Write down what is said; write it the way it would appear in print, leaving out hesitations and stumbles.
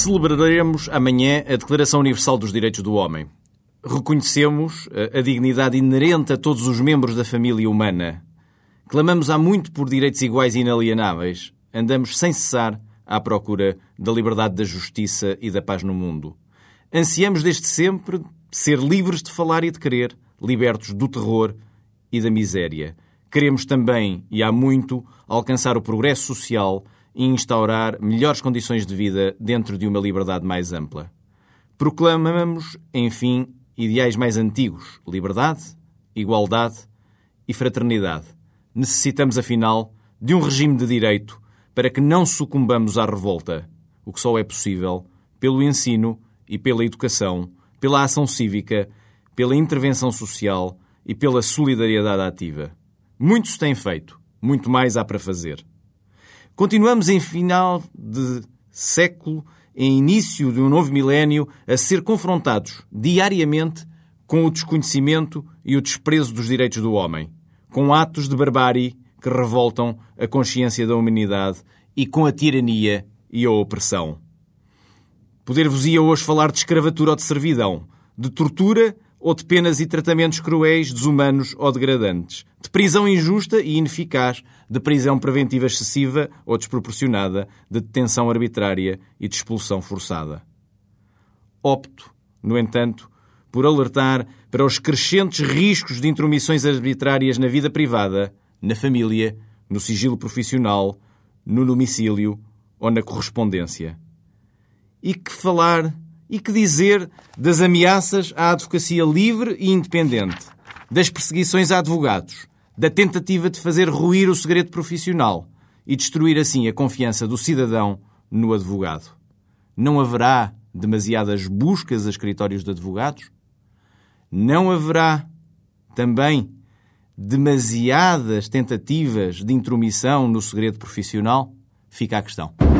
Celebraremos amanhã a Declaração Universal dos Direitos do Homem. Reconhecemos a dignidade inerente a todos os membros da família humana. Clamamos há muito por direitos iguais e inalienáveis. Andamos sem cessar à procura da liberdade, da justiça e da paz no mundo. Ansiamos desde sempre ser livres de falar e de querer, libertos do terror e da miséria. Queremos também, e há muito, alcançar o progresso social e instaurar melhores condições de vida dentro de uma liberdade mais ampla. Proclamamos, enfim, ideais mais antigos: liberdade, igualdade e fraternidade. Necessitamos, afinal, de um regime de direito para que não sucumbamos à revolta, o que só é possível pelo ensino e pela educação, pela ação cívica, pela intervenção social e pela solidariedade ativa. Muito se tem feito, muito mais há para fazer. Continuamos em final de século, em início de um novo milénio, a ser confrontados diariamente com o desconhecimento e o desprezo dos direitos do homem, com atos de barbárie que revoltam a consciência da humanidade e com a tirania e a opressão. Poder-vos-ia hoje falar de escravatura ou de servidão, de tortura ou de penas e tratamentos cruéis, desumanos ou degradantes, de prisão injusta e ineficaz, de prisão preventiva excessiva ou desproporcionada, de detenção arbitrária e de expulsão forçada. Opto, no entanto, por alertar para os crescentes riscos de intromissões arbitrárias na vida privada, na família, no sigilo profissional, no domicílio ou na correspondência. E que falar e que dizer das ameaças à advocacia livre e independente, das perseguições a advogados, da tentativa de fazer ruir o segredo profissional e destruir assim a confiança do cidadão no advogado. Não haverá demasiadas buscas a escritórios de advogados? Não haverá também demasiadas tentativas de intromissão no segredo profissional? Fica a questão.